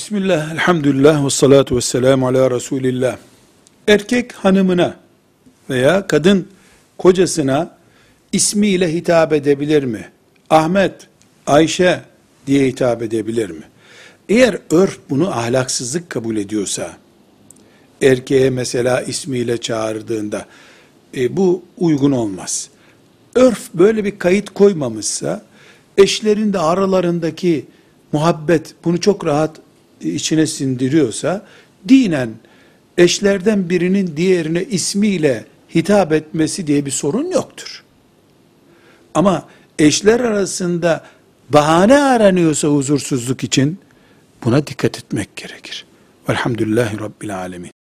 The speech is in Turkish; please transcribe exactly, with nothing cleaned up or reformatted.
Bismillah, elhamdülillah, ve salatu ve selamu ala Resulillah. Erkek hanımına veya kadın kocasına ismiyle hitap edebilir mi? Ahmet, Ayşe diye hitap edebilir mi? Eğer örf bunu ahlaksızlık kabul ediyorsa, erkeğe mesela ismiyle çağırdığında, e, bu uygun olmaz. Örf böyle bir kayıt koymamışsa, eşlerin de aralarındaki muhabbet bunu çok rahat içine sindiriyorsa, dinen eşlerden birinin diğerine ismiyle hitap etmesi diye bir sorun yoktur. Ama eşler arasında bahane aranıyorsa huzursuzluk için, buna dikkat etmek gerekir. Velhamdülillahi Rabbil Alemin.